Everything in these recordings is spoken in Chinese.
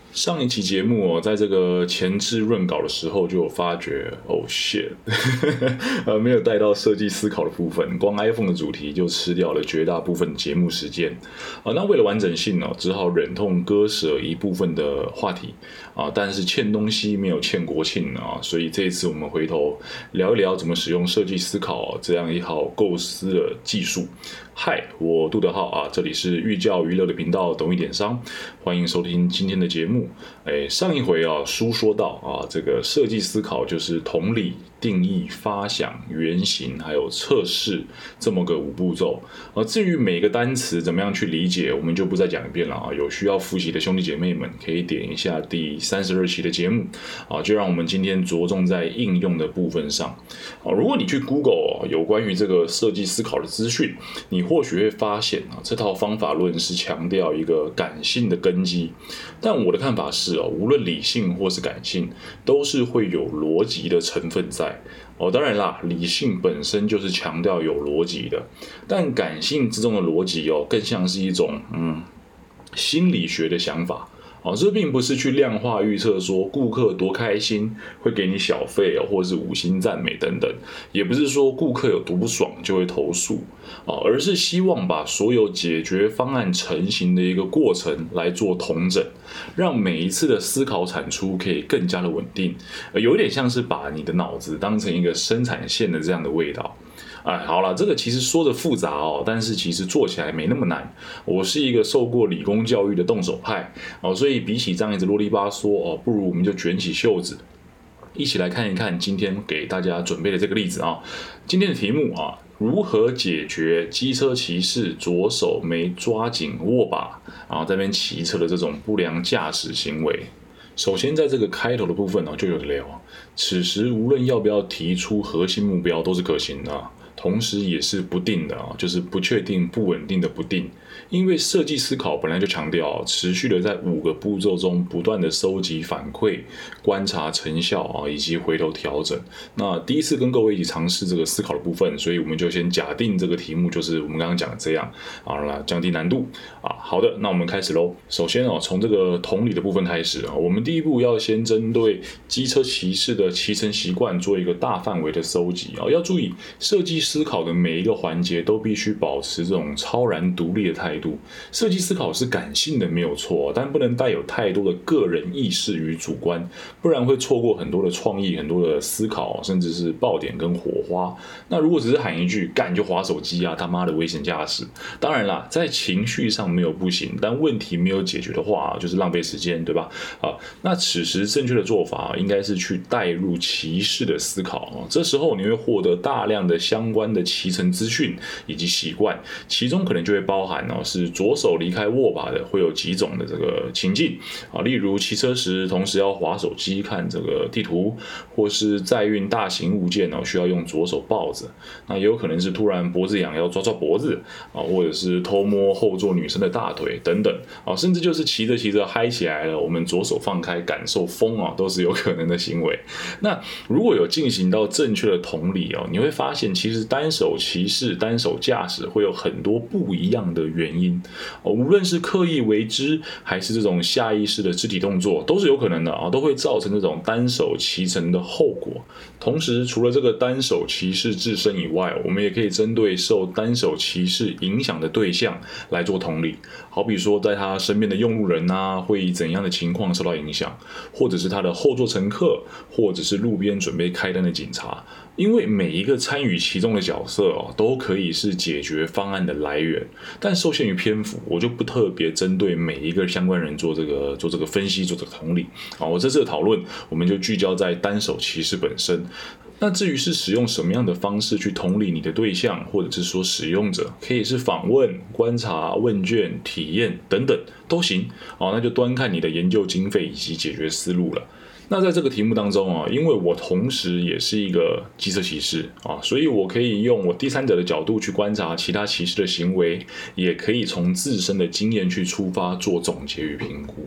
上一期节目在这个前置润稿的时候就有发觉shit 没有带到设计思考的部分，光 iPhone 的主题就吃掉了绝大部分节目时间那为了完整性只好忍痛割舍一部分的话题但是欠东西没有欠国庆所以这一次我们回头聊一聊怎么使用设计思考这样一套构思的技术。嗨，我杜德浩这里是寓教于乐的频道，懂一点商，欢迎收听今天的节目。上一回书说到这个设计思考就是同理、定义、发想、原型还有测试这么个5步骤至于每个单词怎么样去理解，我们就不再讲一遍了有需要复习的兄弟姐妹们可以点一下第32期的节目就让我们今天着重在应用的部分上如果你去 Google 有关于这个设计思考的资讯，你或许会发现这套方法论是强调一个感性的根基，但我的看法是无论理性或是感性都是会有逻辑的成分在当然啦，理性本身就是强调有逻辑的，但感性之中的逻辑更像是一种心理学的想法这并不是去量化预测说顾客多开心会给你小费或是5星赞美等等，也不是说顾客有多不爽就会投诉而是希望把所有解决方案成型的一个过程来做统整，让每一次的思考产出可以更加的稳定，有点像是把你的脑子当成一个生产线的这样的味道。好了，这个其实说的复杂但是其实做起来没那么难。我是一个受过理工教育的动手派所以比起这样一直啰里吧嗦不如我们就卷起袖子，一起来看一看今天给大家准备的这个例子今天的题目如何解决机车骑士左手没抓紧握把在那边骑车的这种不良驾驶行为？首先在这个开头的部分就有的聊此时无论要不要提出核心目标都是可行的同时也是不定的就是不确定、不稳定的不定。因为设计思考本来就强调持续的在5个步骤中不断的收集反馈、观察成效以及回头调整。那第一次跟各位一起尝试这个思考的部分，所以我们就先假定这个题目就是我们刚刚讲的这样好了，降低难度好的，那我们开始咯。首先从这个同理的部分开始我们第一步要先针对机车骑士的骑乘习惯做一个大范围的收集要注意设计思考的每一个环节都必须保持这种超然独立的态度。设计思考是感性的没有错，但不能带有太多的个人意识与主观，不然会错过很多的创意、很多的思考，甚至是爆点跟火花。那如果只是喊一句干就滑手机他妈的危险驾驶，当然啦，在情绪上没有不行，但问题没有解决的话就是浪费时间，对吧那此时正确的做法应该是去带入骑士的思考这时候你会获得大量的相关的骑乘资讯以及习惯，其中可能就会包含是左手离开握把的会有几种的这个情境例如骑车时同时要滑手机看这个地图，或是载运大型物件需要用左手抱着，那也有可能是突然脖子痒要抓抓脖子或者是偷摸后座女生的大腿等等甚至就是骑着骑着嗨起来了，我们左手放开感受风都是有可能的行为。那如果有进行到正确的同理你会发现其实单手骑士、单手驾驶会有很多不一样的原因无论是刻意为之还是这种下意识的肢体动作都是有可能的都会造成这种单手骑乘的后果。同时除了这个单手骑士自身以外，我们也可以针对受单手骑士影响的对象来做同理，好比说在他身边的用路人会以怎样的情况受到影响，或者是他的后座乘客，或者是路边准备开灯的警察。因为每一个参与其中的角色都可以是解决方案的来源，但受限于篇幅，我就不特别针对每一个相关人做这个分析，做这个同理我这次的讨论我们就聚焦在单手骑士本身。那至于是使用什么样的方式去同理你的对象，或者是说使用者，可以是访问、观察、问卷、体验等等都行那就端看你的研究经费以及解决思路了。那在这个题目当中因为我同时也是一个机车骑士所以我可以用我第三者的角度去观察其他骑士的行为，也可以从自身的经验去出发做总结与评估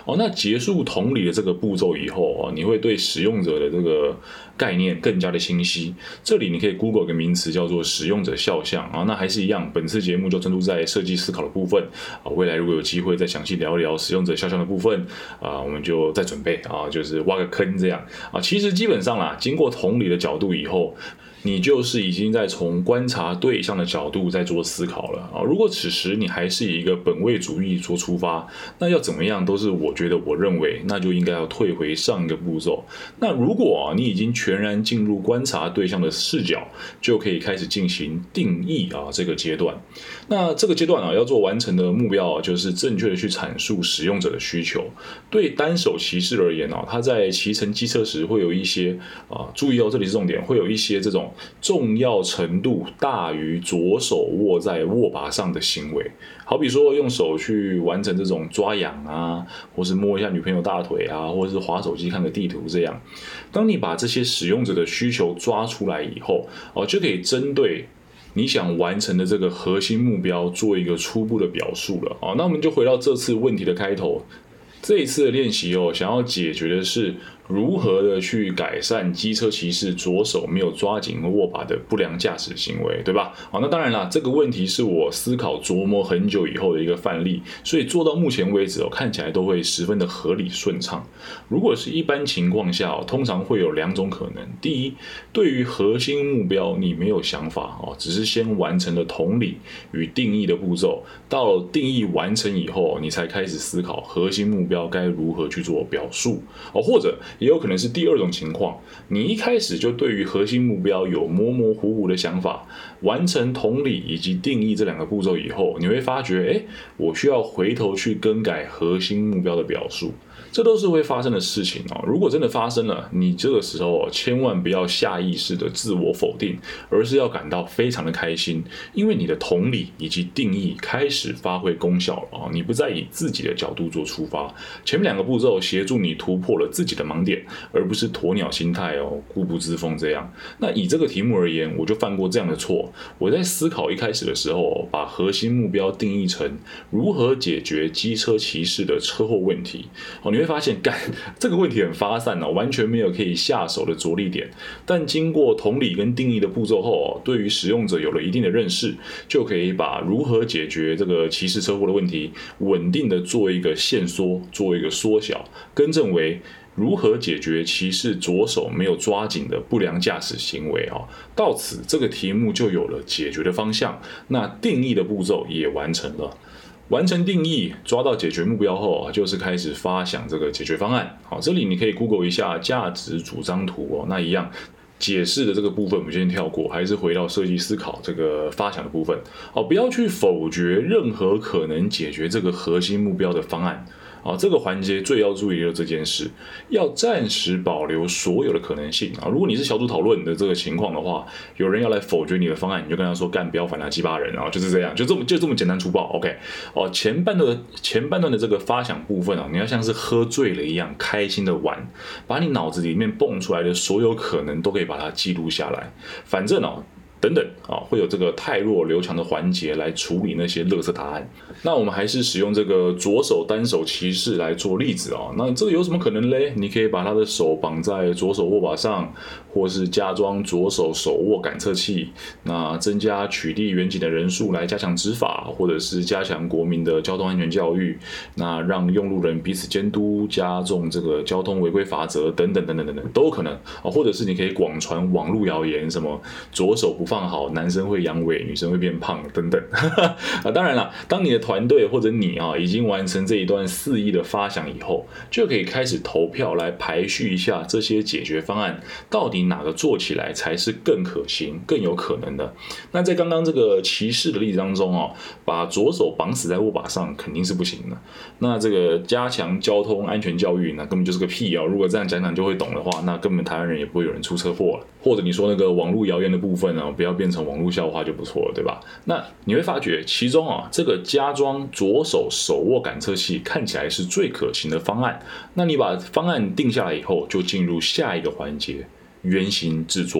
那结束同理的这个步骤以后你会对使用者的这个概念更加的清晰。这里你可以 Google 一个名词叫做使用者肖像那还是一样，本次节目就专注在设计思考的部分未来如果有机会再详细聊一聊使用者肖像的部分我们就再准备就是挖个坑这样其实基本上啦，经过同理的角度以后，你就是已经在从观察对象的角度在做思考了如果此时你还是以一个本位主义做出发，那要怎么样都是我认为那就应该要退回上一个步骤。那如果你已经全然进入观察对象的视角，就可以开始进行定义这个阶段。那这个阶段要做完成的目标就是正确的去阐述使用者的需求。对单手骑士而言他在骑乘机车时会有一些注意这里是重点，会有一些这种重要程度大于左手握在握把上的行为，好比说用手去完成这种抓痒或是摸一下女朋友大腿或者是滑手机看个地图这样。当你把这些使用者的需求抓出来以后就可以针对你想完成的这个核心目标做一个初步的表述了那我们就回到这次问题的开头。这一次的练习想要解决的是如何的去改善机车骑士左手没有抓紧握把的不良驾驶行为，对吧？那当然啦，这个问题是我思考琢磨很久以后的一个范例，所以做到目前为止看起来都会十分的合理顺畅。如果是一般情况下通常会有两种可能。第一，对于核心目标你没有想法只是先完成了同理与定义的步骤，到了定义完成以后你才开始思考核心目标该如何去做表述或者也有可能是第二种情况，你一开始就对于核心目标有模模糊糊的想法，完成同理以及定义这两个步骤以后，你会发觉我需要回头去更改核心目标的表述。这都是会发生的事情如果真的发生了，你这个时候千万不要下意识的自我否定，而是要感到非常的开心，因为你的同理以及定义开始发挥功效了你不再以自己的角度做出发，前面两个步骤协助你突破了自己的盲点，而不是鸵鸟心态固步自封这样。那以这个题目而言，我就犯过这样的错。我在思考一开始的时候把核心目标定义成如何解决机车骑士的车祸问题你会发现这个问题很发散完全没有可以下手的着力点。但经过同理跟定义的步骤后对于使用者有了一定的认识，就可以把如何解决这个骑士车祸的问题稳定的做一个限缩，做一个缩小，更正为如何解决骑士左手没有抓紧的不良驾驶行为到此这个题目就有了解决的方向，那定义的步骤也完成了。完成定义，抓到解决目标后就是开始发想这个解决方案。这里你可以 Google 一下价值主张图那一样解释的这个部分我们先跳过，还是回到设计思考这个发想的部分不要去否决任何可能解决这个核心目标的方案这个环节最要注意的这件事，要暂时保留所有的可能性如果你是小组讨论的这个情况的话，有人要来否决你的方案，你就跟他说干，不要反他鸡巴人就是这样，就这么简单粗暴。OK 前半段的这个发想部分你要像是喝醉了一样开心的玩，把你脑子里面蹦出来的所有可能都可以把它记录下来，反正等等会有这个太弱留强的环节来处理那些垃圾答案。那我们还是使用这个左手单手骑士来做例子那这个有什么可能嘞？你可以把他的手绑在左手握把上，或是加装左手手握感测器，那增加取缔远景的人数来加强执法，或者是加强国民的交通安全教育，那让用路人彼此监督，加重这个交通违规罚则等等等等等等都有可能或者是你可以广传网络谣言，什么左手不放好男生会阳痿，女生会变胖等等当然了，当你的团队或者你已经完成这一段肆意的发想以后，就可以开始投票来排序一下这些解决方案到底哪个做起来才是更可行更有可能的。那在刚刚这个骑士的例子当中把左手绑死在握把上肯定是不行的。那这个加强交通安全教育那根本就是个屁如果这样讲讲就会懂的话，那根本台湾人也不会有人出车祸了。或者你说那个网络谣言的部分不要变成网络笑话就不错了，对吧？那你会发觉其中这个加装左手手握感测器看起来是最可行的方案。那你把方案定下来以后，就进入下一个环节，原型制作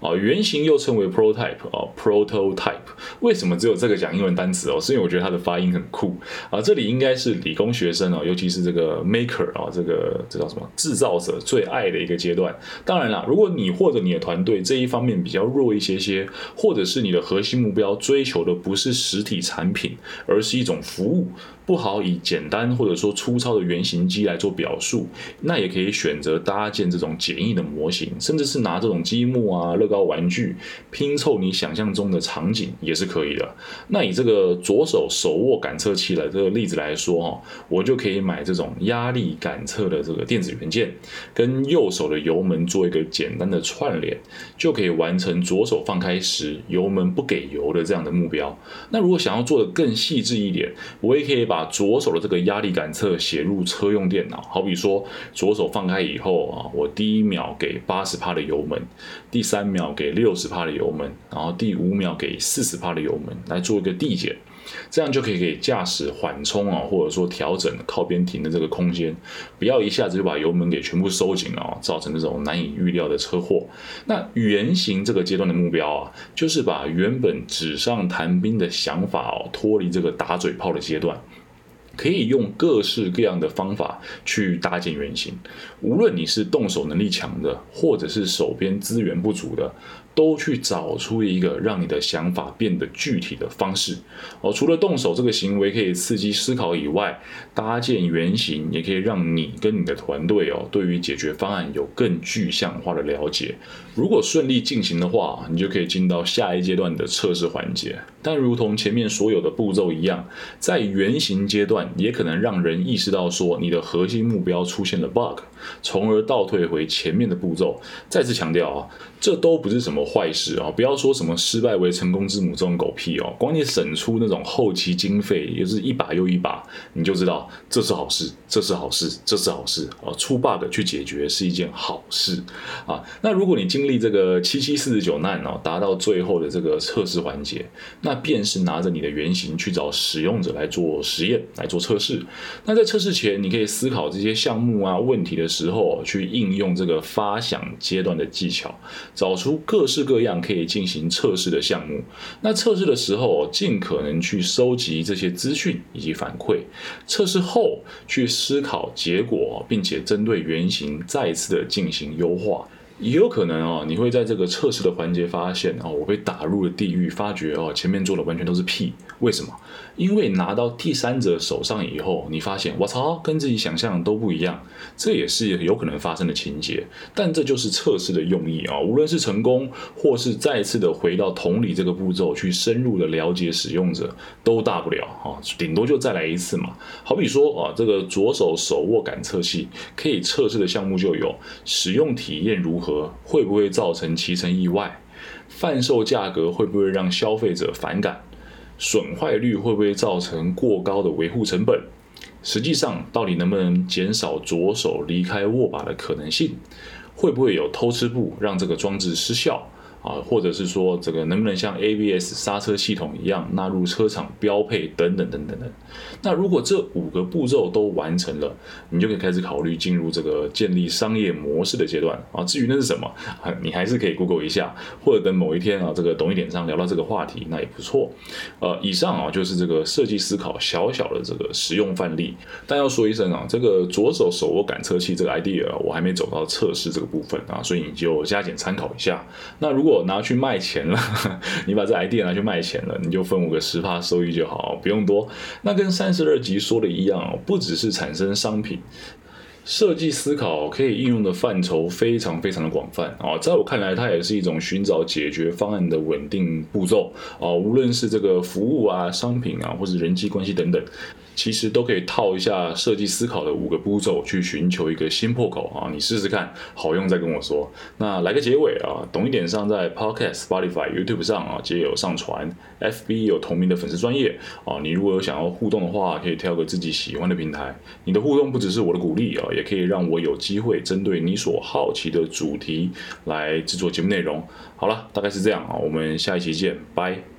原型又称为 prototype prototype。为什么只有这个讲英文单词是因为我觉得它的发音很酷这里应该是理工学生尤其是这个 maker 这叫什么制造者最爱的一个阶段。当然啦，如果你或者你的团队这一方面比较弱一些，或者是你的核心目标追求的不是实体产品，而是一种服务，不好以简单或者说粗糙的原型机来做表述，那也可以选择搭建这种简易的模型，甚至是拿这种积木乐高玩具拼凑你想象中的场景也是可以的。那以这个左手手握感测器的这个例子来说我就可以买这种压力感测的这个电子元件，跟右手的油门做一个简单的串联，就可以完成左手放开时油门不给油的这样的目标。那如果想要做的更细致一点，我也可以把左手的这个压力感测写入车用电脑，好比说左手放开以后我第1秒给80%的油门，第3秒给60%的油门，然后第5秒给40%的油门，来做一个递减。这样就可以给驾驶缓冲或者说调整靠边停的这个空间，不要一下子就把油门给全部收紧造成这种难以预料的车祸。那原型这个阶段的目标就是把原本纸上谈兵的想法脱离这个打嘴炮的阶段，可以用各式各样的方法去搭建原型。无论你是动手能力强的，或者是手边资源不足的，都去找出一个让你的想法变得具体的方式除了动手这个行为可以刺激思考以外，搭建原型也可以让你跟你的团队对于解决方案有更具象化的了解。如果顺利进行的话，你就可以进到下一阶段的测试环节。但如同前面所有的步骤一样，在原型阶段也可能让人意识到说你的核心目标出现了 bug， 从而倒退回前面的步骤。再次强调这都不是什么坏事不要说什么失败为成功之母这种狗屁光你省出那种后期经费，也就是一把又一把，你就知道这是好事，这是好事，这是好事出 bug 去解决是一件好事那如果你经历这个7749难达到最后的这个测试环节，那便是拿着你的原型去找使用者来做实验，来做测试。那在测试前，你可以思考这些项目问题的时候，去应用这个发想阶段的技巧，找出各式各样可以进行测试的项目。那测试的时候尽可能去收集这些资讯以及反馈，测试后去思考结果，并且针对原型再次的进行优化。也有可能你会在这个测试的环节发现我被打入了地狱，发觉前面做的完全都是屁。为什么？因为拿到第三者手上以后，你发现我操，跟自己想象的都不一样，这也是有可能发生的情节。但这就是测试的用意无论是成功或是再次的回到同理这个步骤去深入的了解使用者，都大不了顶多就再来一次嘛。好比说这个左手手握感测器可以测试的项目就有使用体验如何，会不会造成骑乘意外，贩售价格会不会让消费者反感，损坏率会不会造成过高的维护成本，实际上到底能不能减少左手离开握把的可能性，会不会有偷吃步让这个装置失效或者是说这个能不能像 ABS 刹车系统一样纳入车厂标配等等等等等。那如果这5个步骤都完成了，你就可以开始考虑进入这个建立商业模式的阶段至于那是什么你还是可以 Google 一下，或者等某一天这个懂一点上聊到这个话题，那也不错。以上就是这个设计思考小小的这个实用范例。但要说一声这个左手手握感测器这个 idea 我还没走到测试这个部分所以你就加减参考一下。那如果拿去卖钱了你把这 idea 拿去卖钱了，你就分我个10%收益就好，不用多。那跟32集说的一样不只是产生商品，设计思考可以应用的范畴非常非常的广泛在我看来，它也是一种寻找解决方案的稳定步骤无论是这个服务商品或是人际关系等等，其实都可以套一下设计思考的5个步骤去寻求一个新破口你试试看，好用再跟我说。那来个结尾懂一点上在 Podcast、Spotify、YouTube 上皆有上传， FB 有同名的粉丝专页你如果有想要互动的话，可以挑个自己喜欢的平台。你的互动不只是我的鼓励也可以让我有机会针对你所好奇的主题来制作节目内容。好了，大概是这样我们下一期见，拜。